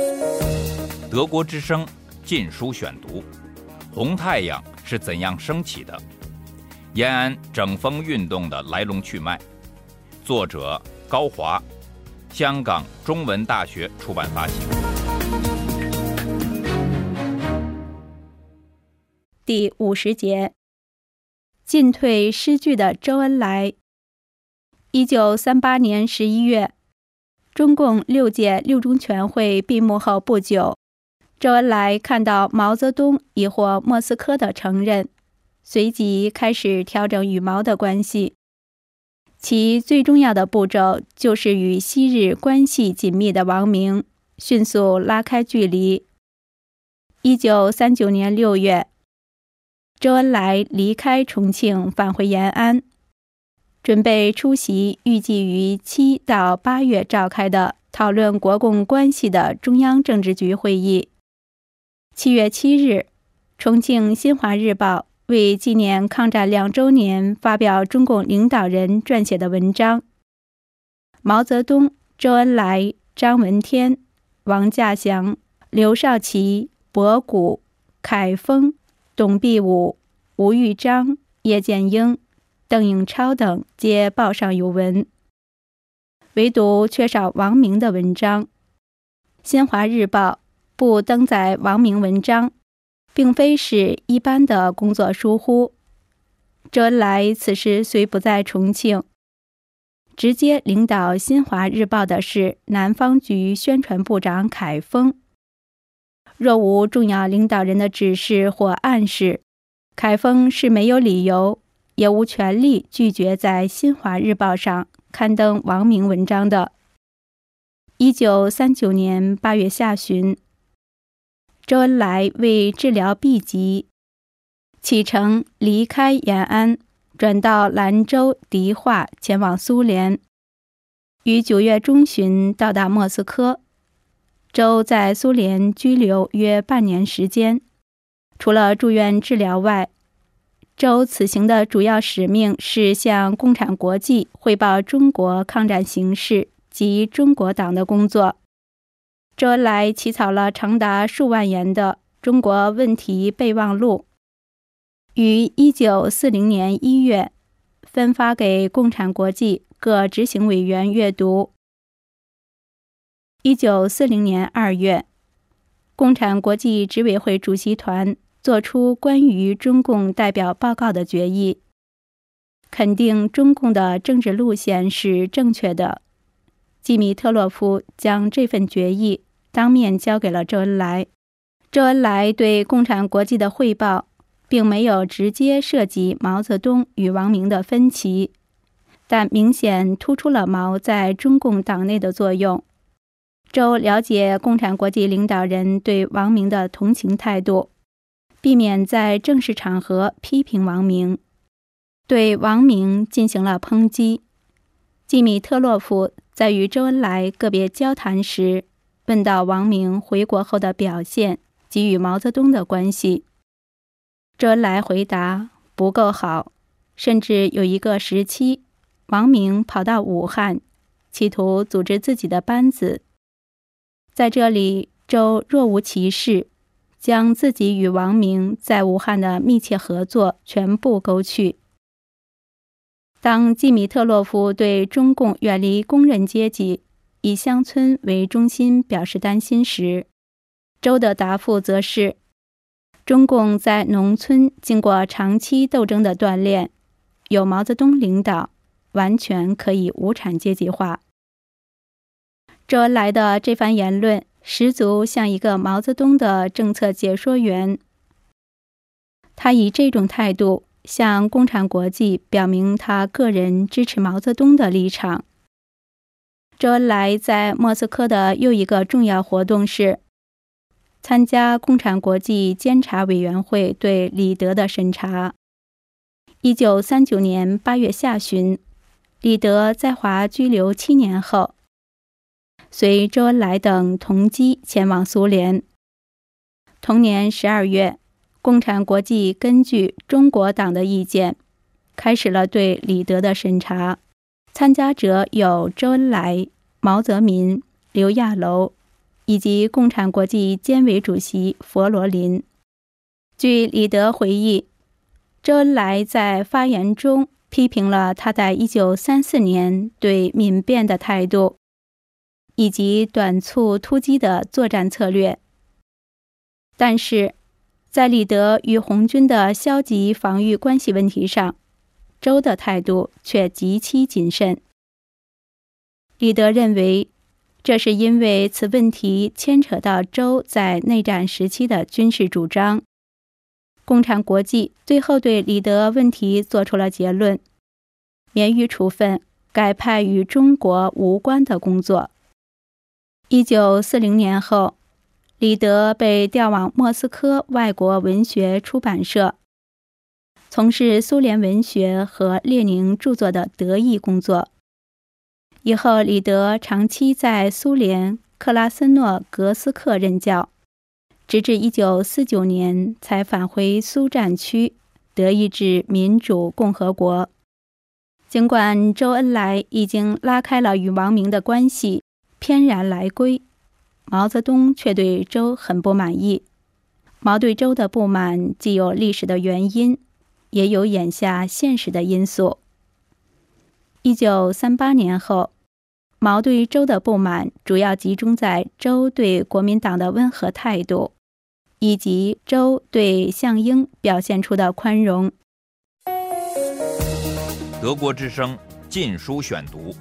德国之声禁书选读，红太阳是怎样升起的？延安整风运动的来龙去脉。作者高华，香港中文大学出版发行。 第50节，进退失据的周恩来。1938年11月，中共6届六中全会闭幕后不久，周恩来看到毛泽东已获莫斯科的承认，随即开始调整与毛的关系。其最重要的步骤就是与昔日关系紧密的王明迅速拉开距离。1939年6月，周恩来离开重庆返回延安，准备出席预计于7到8月召开的讨论国共关系的中央政治局会议。7月7日，重庆新华日报为纪念抗战2周年发表中共领导人撰写的文章。毛泽东、周恩来、张闻天、王稼祥、刘少奇、博古、凯丰、董必武、吴玉章、叶剑英、邓颖超等皆报上有文，唯独缺少王明的文章。新华日报不登载王明文章，并非是一般的工作疏忽。周恩来此时虽不在重庆，直接领导新华日报的是南方局宣传部长凯丰。若无重要领导人的指示或暗示，凯丰是没有理由也无权利拒绝在新华日报上刊登王明文章的。1939年8月下旬，周恩来为治疗痢疾，启程离开延安，转到兰州、迪化，前往苏联。于9月中旬到达莫斯科。周在苏联居留约半年时间，除了住院治疗外，周此行的主要使命是向共产国际汇报中国抗战形势及中国党的工作。周恩来起草了长达数万言的中国问题备忘录，于1940年1月分发给共产国际各执行委员阅读。1940年2月，共产国际执委会主席团作出关于中共代表报告的决议，肯定中共的政治路线是正确的。季米特洛夫将这份决议当面交给了周恩来。周恩来对共产国际的汇报并没有直接涉及毛泽东与王明的分歧，但明显突出了毛在中共党内的作用。周了解共产国际领导人对王明的同情态度，避免在正式场合批评王明，对王明进行了抨击。季米特洛夫在与周恩来个别交谈时，问到王明回国后的表现及与毛泽东的关系。周恩来回答不够好，甚至有一个时期，王明跑到武汉，企图组织自己的班子。在这里，周若无其事，将自己与王明在武汉的密切合作全部勾去。当季米特洛夫对中共远离工人阶级，以乡村为中心表示担心时，周的答复则是：中共在农村经过长期斗争的锻炼，有毛泽东领导，完全可以无产阶级化。周恩来的这番言论十足像一个毛泽东的政策解说员，他以这种态度向共产国际表明他个人支持毛泽东的立场。周恩来在莫斯科的又一个重要活动是参加共产国际监察委员会对李德的审查。1939年8月下旬，李德在华居留7年后，随周恩来等同机前往苏联。同年12月，共产国际根据中国党的意见，开始了对李德的审查。参加者有周恩来、毛泽民、刘亚楼， 以及共产国际监委主席佛罗林。据李德回忆，周恩来在发言中批评了他在1934年对民变的态度，以及短促突击的作战策略。但是，在李德与红军的消极防御关系问题上，周的态度却极其谨慎。李德认为，这是因为此问题牵扯到周在内战时期的军事主张。共产国际最后对李德问题做出了结论，免予处分，改派与中国无关的工作。1940年后，李德被调往莫斯科外国文学出版社，从事苏联文学和列宁著作的德译工作。以后，李德长期在苏联克拉斯诺格斯克任教，直至1949年才返回苏战区，德意志民主共和国。尽管周恩来已经拉开了与王明的关系，翩然来归，毛泽东却对周很不满意。毛对周的不满既有历史的原因，也有眼下现实的因素。1938年后，毛对周的不满主要集中在周对国民党的温和态度，以及周对项英表现出的宽容。 德国之声禁书选读。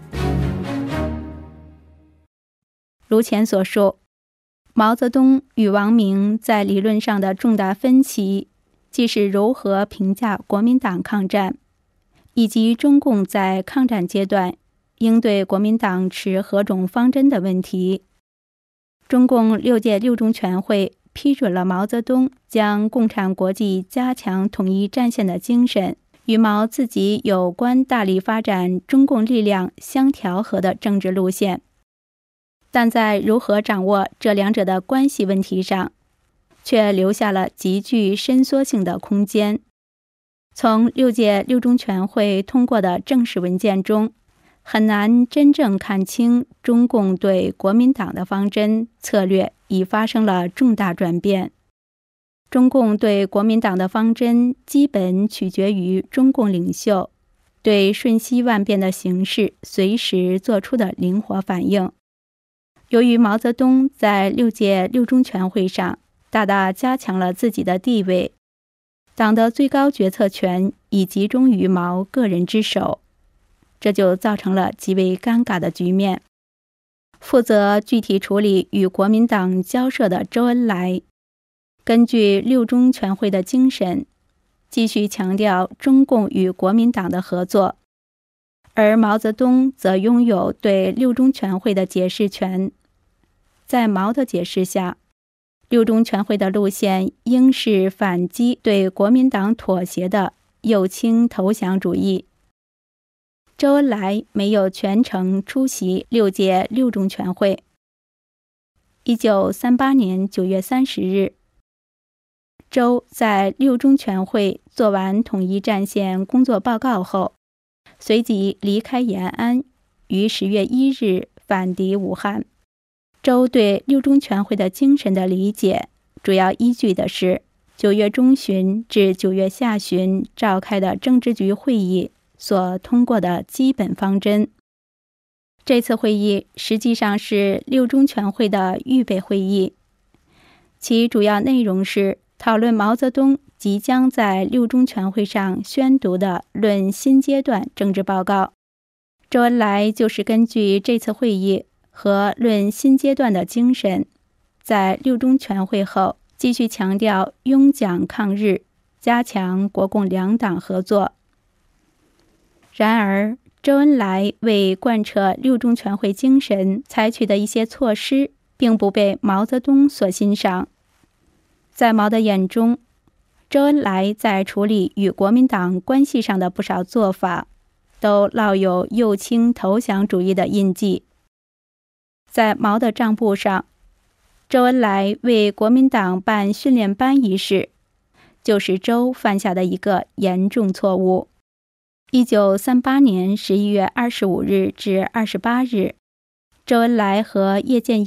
如前所述，毛泽东与王明在理论上的重大分歧，既是如何评价国民党抗战，以及中共在抗战阶段应对国民党持何种方针的问题。中共6届六中全会批准了毛泽东将共产国际加强统一战线的精神与毛自己有关大力发展中共力量相调和的政治路线，但在如何掌握这两者的关系问题上，却留下了极具伸缩性的空间。从6届六中全会通过的正式文件中，很难真正看清中共对国民党的方针策略已发生了重大转变。中共对国民党的方针基本取决于中共领袖对瞬息万变的形势随时做出的灵活反应。由于毛泽东在6届六中全会上大大加强了自己的地位，党的最高决策权已集中于毛个人之手，这就造成了极为尴尬的局面。负责具体处理与国民党交涉的周恩来，根据六中全会的精神，继续强调中共与国民党的合作，而毛泽东则拥有对六中全会的解释权。在毛的解释下，六中全会的路线应是反击对国民党妥协的右倾投降主义。周恩来没有全程出席6届六中全会。1938年9月30日，周在六中全会做完统一战线工作报告后，随即离开延安，于10月1日返抵武汉。周对六中全会的精神的理解，主要依据的是9月中旬至9月下旬召开的政治局会议所通过的基本方针。这次会议实际上是六中全会的预备会议，其主要内容是讨论毛泽东即将在六中全会上宣读的《论新阶段政治报告》。周恩来就是根据这次会议和《论新阶段》的精神，在六中全会后继续强调拥蒋抗日，加强国共两党合作。然而，周恩来为贯彻六中全会精神采取的一些措施，并不被毛泽东所欣赏。在毛的眼中，周恩来在处理与国民党关系上的不少做法，都烙有右倾投降主义的印记。在毛的账簿上，周恩来为国民党办训练班一事，就是周犯下的一个严重错误。1938年11月25日至28日，周恩来和叶剑英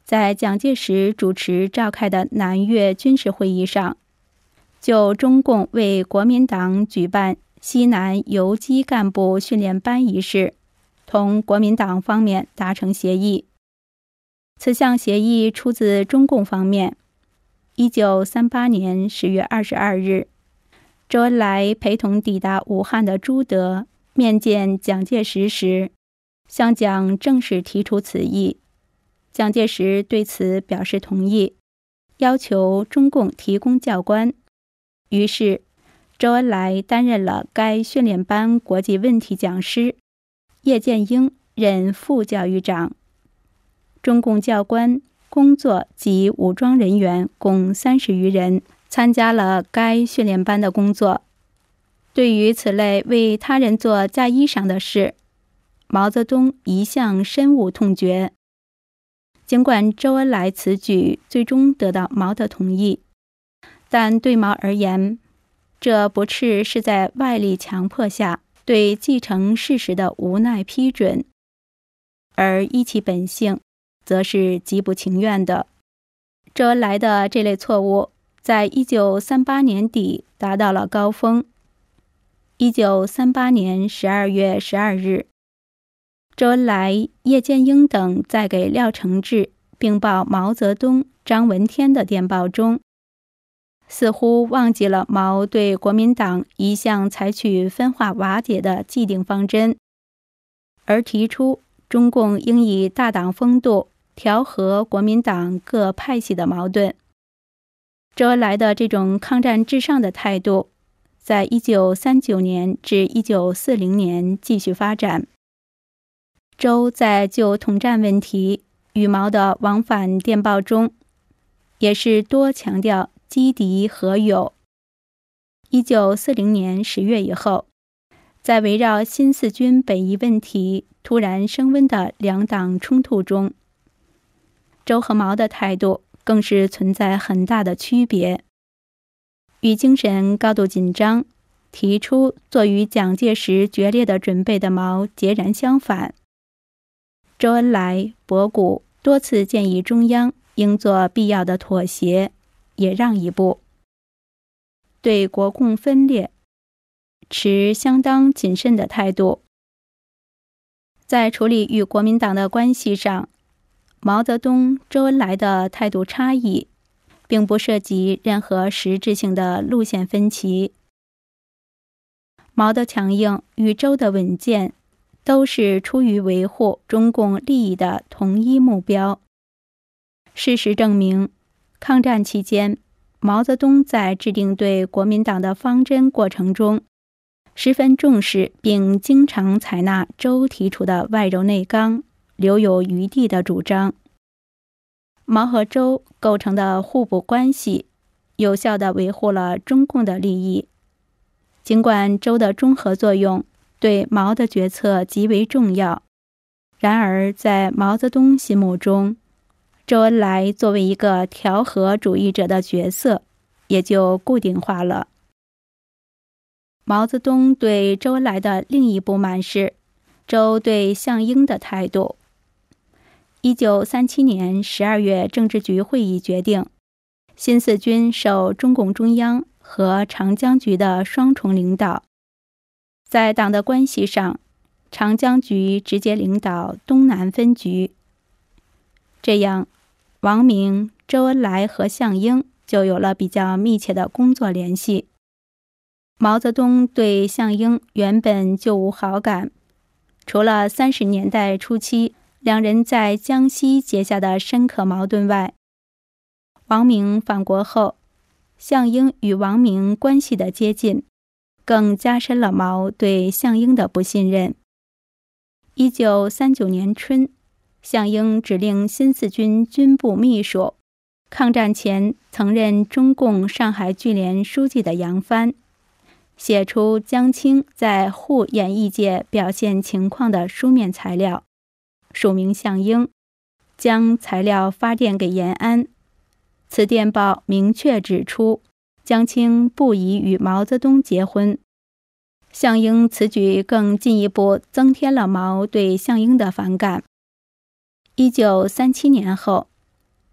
在蒋介石主持召开的南越军事会议上，就中共为国民党举办西南游击干部训练班一事，同国民党方面达成协议。此项协议出自中共方面。1938年10月22日，周恩来陪同抵达武汉的朱德面见蒋介石时，向蒋正式提出此意。蒋介石对此表示同意，要求中共提供教官。于是，周恩来担任了该训练班国际问题讲师，叶剑英任副教育长。中共教官、工作及武装人员共30余人参加了该训练班的工作。对于此类为他人做嫁衣裳的事，毛泽东一向深恶痛绝。尽管周恩来此举最终得到毛的同意，但对毛而言，这不啻是在外力强迫下对继承事实的无奈批准，而依其本性，则是极不情愿的。周恩来的这类错误，在1938年底达到了高峰。1938年12月12日，周恩来、叶剑英等在给廖承志并报毛泽东、张闻天的电报中，似乎忘记了毛对国民党一向采取分化瓦解的既定方针，而提出中共应以大党风度调和国民党各派系的矛盾。周恩来的这种抗战至上的态度，在1939年至1940年继续发展。周在就统战问题与毛的往返电报中，也是多强调击敌和友。1940年10月以后，在围绕新四军北移问题突然升温的两党冲突中，周和毛的态度更是存在很大的区别。与精神高度紧张，提出做与蒋介石决裂的准备的毛截然相反。周恩来、博古多次建议中央应做必要的妥协，也让一步。对国共分裂持相当谨慎的态度。在处理与国民党的关系上，毛泽东、周恩来的态度差异，并不涉及任何实质性的路线分歧。毛的强硬与周的稳健，都是出于维护中共利益的同一目标。事实证明，抗战期间，毛泽东在制定对国民党的方针过程中，十分重视并经常采纳周提出的外柔内刚、留有余地的主张。毛和周构成的互补关系，有效地维护了中共的利益。尽管周的中和作用对毛的决策极为重要，然而在毛泽东心目中，周恩来作为一个调和主义者的角色也就固定化了。毛泽东对周恩来的另一不满是周对项英的态度。1937年12月政治局会议决定，新四军受中共中央和长江局的双重领导。在党的关系上，长江局直接领导东南分局，这样王明、周恩来和项英就有了比较密切的工作联系。毛泽东对项英原本就无好感，除了30年代初期两人在江西结下的深刻矛盾外，王明返国后，项英与王明关系的接近，更加深了毛对项英的不信任。1939年春，项英指令新四军军部秘书，抗战前曾任中共上海聚联书记的杨帆，写出江青在沪演艺界表现情况的书面材料，署名项英，将材料发电给延安。此电报明确指出，江青不宜与毛泽东结婚。项英此举更进一步增添了毛对项英的反感。1937年后，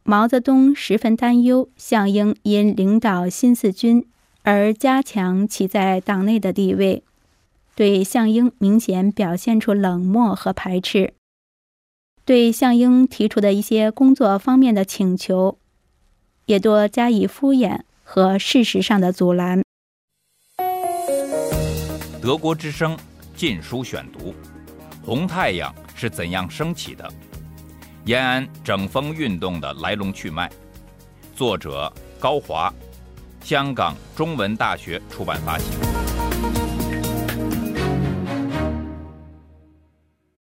毛泽东十分担忧项英因领导新四军而加强其在党内的地位，对项英明显表现出冷漠和排斥，对项英提出的一些工作方面的请求也多加以敷衍和事实上的阻拦。 德国之声禁书选读，红太阳是怎样升起的？延安整风运动的来龙去脉，作者高华，香港中文大学出版发行。